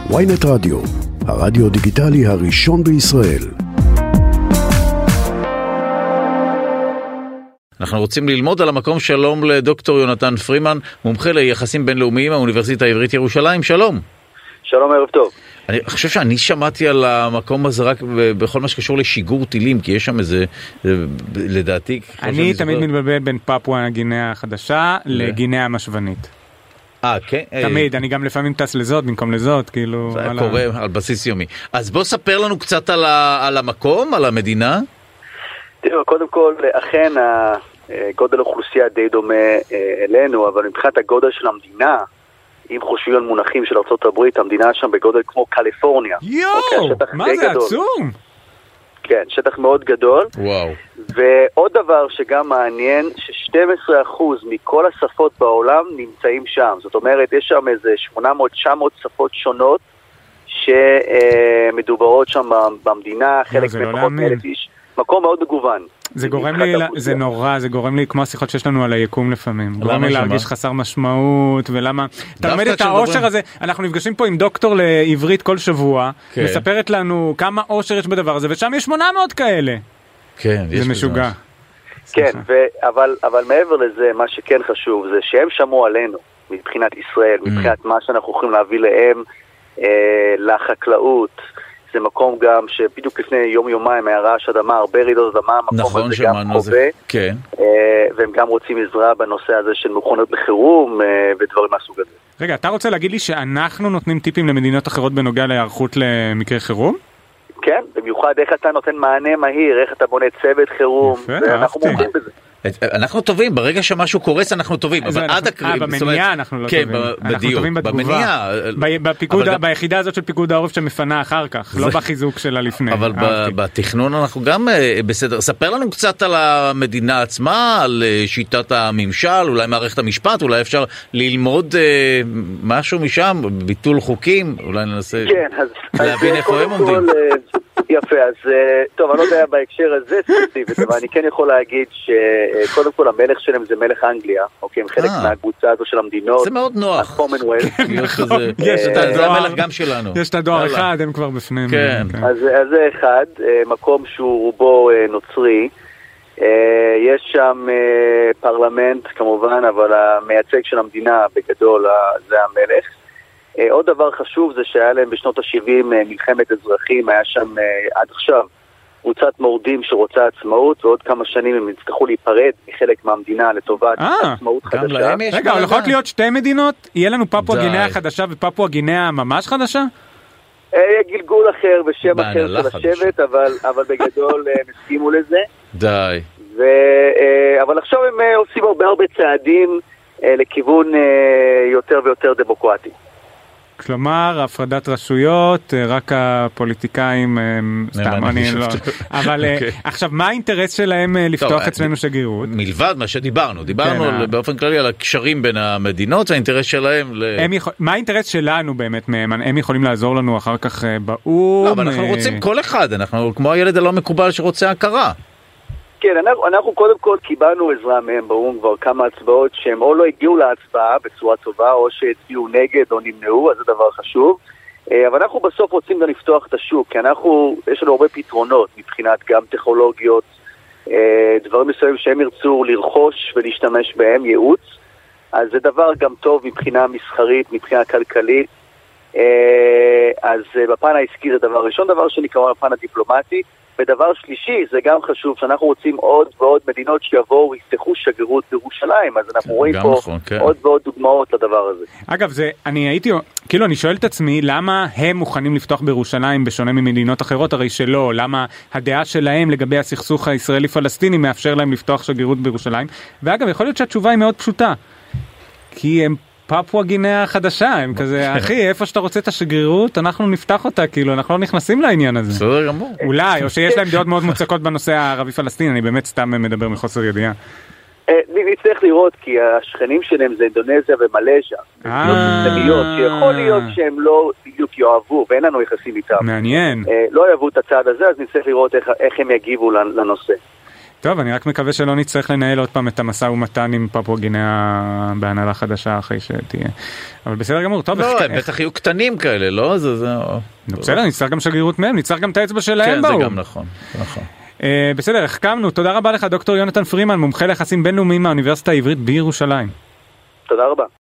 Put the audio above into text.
ynet רדיו, הרדיו דיגיטלי הראשון בישראל. אנחנו רוצים ללמוד על המקום. שלום לדוקטור יונתן פרימן, מומחה ליחסים בינלאומיים מהאוניברסיטה העברית ירושלים. שלום. שלום, ערב טוב. אני חושב שאני שמעתי על המקום הזה רק בכל מה שקשור לשיגור טילים, כי יש שם איזה, לדעתי... אני תמיד מתבלבל בין פפואה גינאה החדשה לגינאה המשוונית. כן? תמיד, אני גם לפעמים טס לזאת במקום לזאת, כאילו... זה קורה על בסיס יומי. אז בוא ספר לנו קצת על המקום, על המדינה. תראו, קודם כל, אכן גודל האוכלוסייה די דומה אלינו, אבל מבחינת הגודל של המדינה, אם חושבים על מונחים של ארצות הברית, המדינה שם בגודל כמו קליפורניה. מה זה עצום? כן, שטח מאוד גדול. וואו. ועוד דבר שגם מעניין, ש12% מכל השפות בעולם נמצאים שם. זאת אומרת, יש שם איזה 800-900 שפות שונות שמדוברות שם במדינה, חלק מפחות 1,000 איש. מקום מאוד מגוון. זה גורם לי, זה נורא, זה גורם לי כמו השיחות שיש לנו על היקום לפעמים. גורם לי להרגיש חסר משמעות, ולמה... אתה לומד את האושר הזה, אנחנו נפגשים פה עם דוקטור לעברית כל שבוע, מספרת לנו כמה אושר יש בדבר הזה, ושם יש 800 כאלה. כן, זה משוגע. כן, אבל מעבר לזה, מה שכן חשוב, זה שהם שמעו עלינו, מבחינת ישראל, מבחינת מה שאנחנו יכולים להביא להם, לחקלאות, זה מקום גם שבדיוק לפני יום-יומיים היה רעש אדמה, הרבה רעידות אדמה, המקום הזה גם חווה, כן. והם גם רוצים עזרה בנושא הזה של מכונות בחירום ודברים מהסוג הזה. רגע, אתה רוצה להגיד לי שאנחנו נותנים טיפים למדינות אחרות בנוגע להיערכות למקרה חירום? כן, במיוחד איך אתה נותן מענה מהיר, איך אתה בונה צוות חירום, ואנחנו מומחים בזה. אנחנו טובים, ברגע שמשהו קורס אנחנו טובים, אבל עד הקריב... במניעה אנחנו לא טובים. אנחנו טובים בתגובה. ביחידה הזאת של פיקוד העורף שמפנה אחר כך, לא בחיזוק שלה לפני. אבל בתכנון אנחנו גם בסדר. ספר לנו קצת על המדינה עצמה, על שיטת הממשל, אולי מערכת המשפט, אולי אפשר ללמוד משהו משם, ביטול חוקים, אולי ננסה להבין איפה הם עומדים. יפה, אז טוב, אני לא יודע בהקשר הזה ספציפית, אבל אני כן יכול להגיד שקודם כל המלך שלהם זה מלך אנגליה, אוקיי, הם חלק מהקבוצה הזו של המדינות. זה מאוד נוח. הקומנוולת. זה המלך גם שלנו. יש את הדואר אחד, הם כבר בפנים. כן. אז זה אחד, מקום שהוא רובו נוצרי, יש שם פרלמנט כמובן, אבל המייצג של המדינה בגדול זה המלך. עוד דבר חשוב זה שהיה להם בשנות ה-70 מלחמת אזרחים, היה שם עד עכשיו קבוצת מורדים שרוצה עצמאות, ועוד כמה שנים הם יצטרכו להיפרד מחלק מהמדינה לטובת עצמאות חדשה. רגע, אבל יכולות להיות שתי מדינות? יהיה לנו פפואה גינאה חדשה ופפואה גינאה ממש חדשה? יהיה גלגול אחר ושם אחר של השבט, אבל בגדול הם הסכימו לזה. די. אבל עכשיו הם עושים הרבה צעדים לכיוון יותר ויותר דמוקרטי. כלומר, הפרדת רשויות, רק הפוליטיקאים, סתם, אני לא... אבל עכשיו, מה האינטרס שלהם לפתוח אצלנו שגרירות? מלבד מה שדיברנו באופן כללי על הקשרים בין המדינות, האינטרס שלהם... מה האינטרס שלנו באמת מהם? הם יכולים לעזור לנו אחר כך באום? לא, אבל אנחנו רוצים כל אחד, אנחנו כמו הילד הלא מקובל שרוצה הכרה. כן, אנחנו קודם כל קיבלנו עזרה מהם באום כבר כמה הצבעות שהם או לא הגיעו להצבעה בצורה טובה, או שהצביעו נגד או נמנעו, אז זה דבר חשוב. אבל אנחנו בסוף רוצים גם לפתוח את השוק, כי יש לנו הרבה פתרונות מבחינת גם טכנולוגיות, דברים מסוימים שהם ירצו לרכוש ולהשתמש בהם, ייעוץ. אז זה דבר גם טוב מבחינה מסחרית, מבחינה כלכלית. אז בפן העסקי זה דבר ראשון, דבר שני כמובן בפן הדיפלומטי. ודבר שלישי, זה גם חשוב שאנחנו רוצים עוד ועוד מדינות שיבואו ויפתחו שגרירות בירושלים, אז אנחנו רואים פה עוד ועוד דוגמאות לדבר הזה. אגב, אני שואל את עצמי, למה הם מוכנים לפתוח בירושלים בשונה ממדינות אחרות? הרי שלא, למה הדעה שלהם לגבי הסכסוך הישראלי-פלסטיני מאפשר להם לפתוח שגרירות בירושלים? ואגב, יכול להיות שהתשובה היא מאוד פשוטה, כי הם פפואה גינאה החדשה, הם כזה, אחי, איפה שאתה רוצה את השגרירות, אנחנו נפתח אותה, כאילו, אנחנו לא נכנסים לעניין הזה. בסדר גמור. אולי, או שיש להם דעות מאוד מוצקות בנושא הערבי-פלסטיני, אני באמת סתם מדבר מחוסר ידיעה. נצטרך לראות, כי השכנים שלהם זה אינדונזיה ומלזיה. שיכול להיות שהם לא בדיוק יאהבו, ואין לנו יחסים איתם. מעניין. לא יאהבו את הצעד הזה, אז נצטרך לראות איך הם יגיבו לנושא. טוב, אני רק מקווה שלא נצטרך לנהל עוד פעם את המשא ומתן עם פפואה גינאה בהנהלה חדשה אחרי שתהיה. אבל בסדר גמור, טוב. לא, הם בטח יהיו קטנים כאלה, לא? בסדר, נצטרך גם שגרירות מהם, נצטרך גם את האצבע שלהם באו. כן, זה גם נכון. בסדר, החכמנו. תודה רבה לך, דוקטור יונתן פרימן, מומחה ליחסים בינלאומיים מהאוניברסיטה העברית בירושלים. תודה רבה.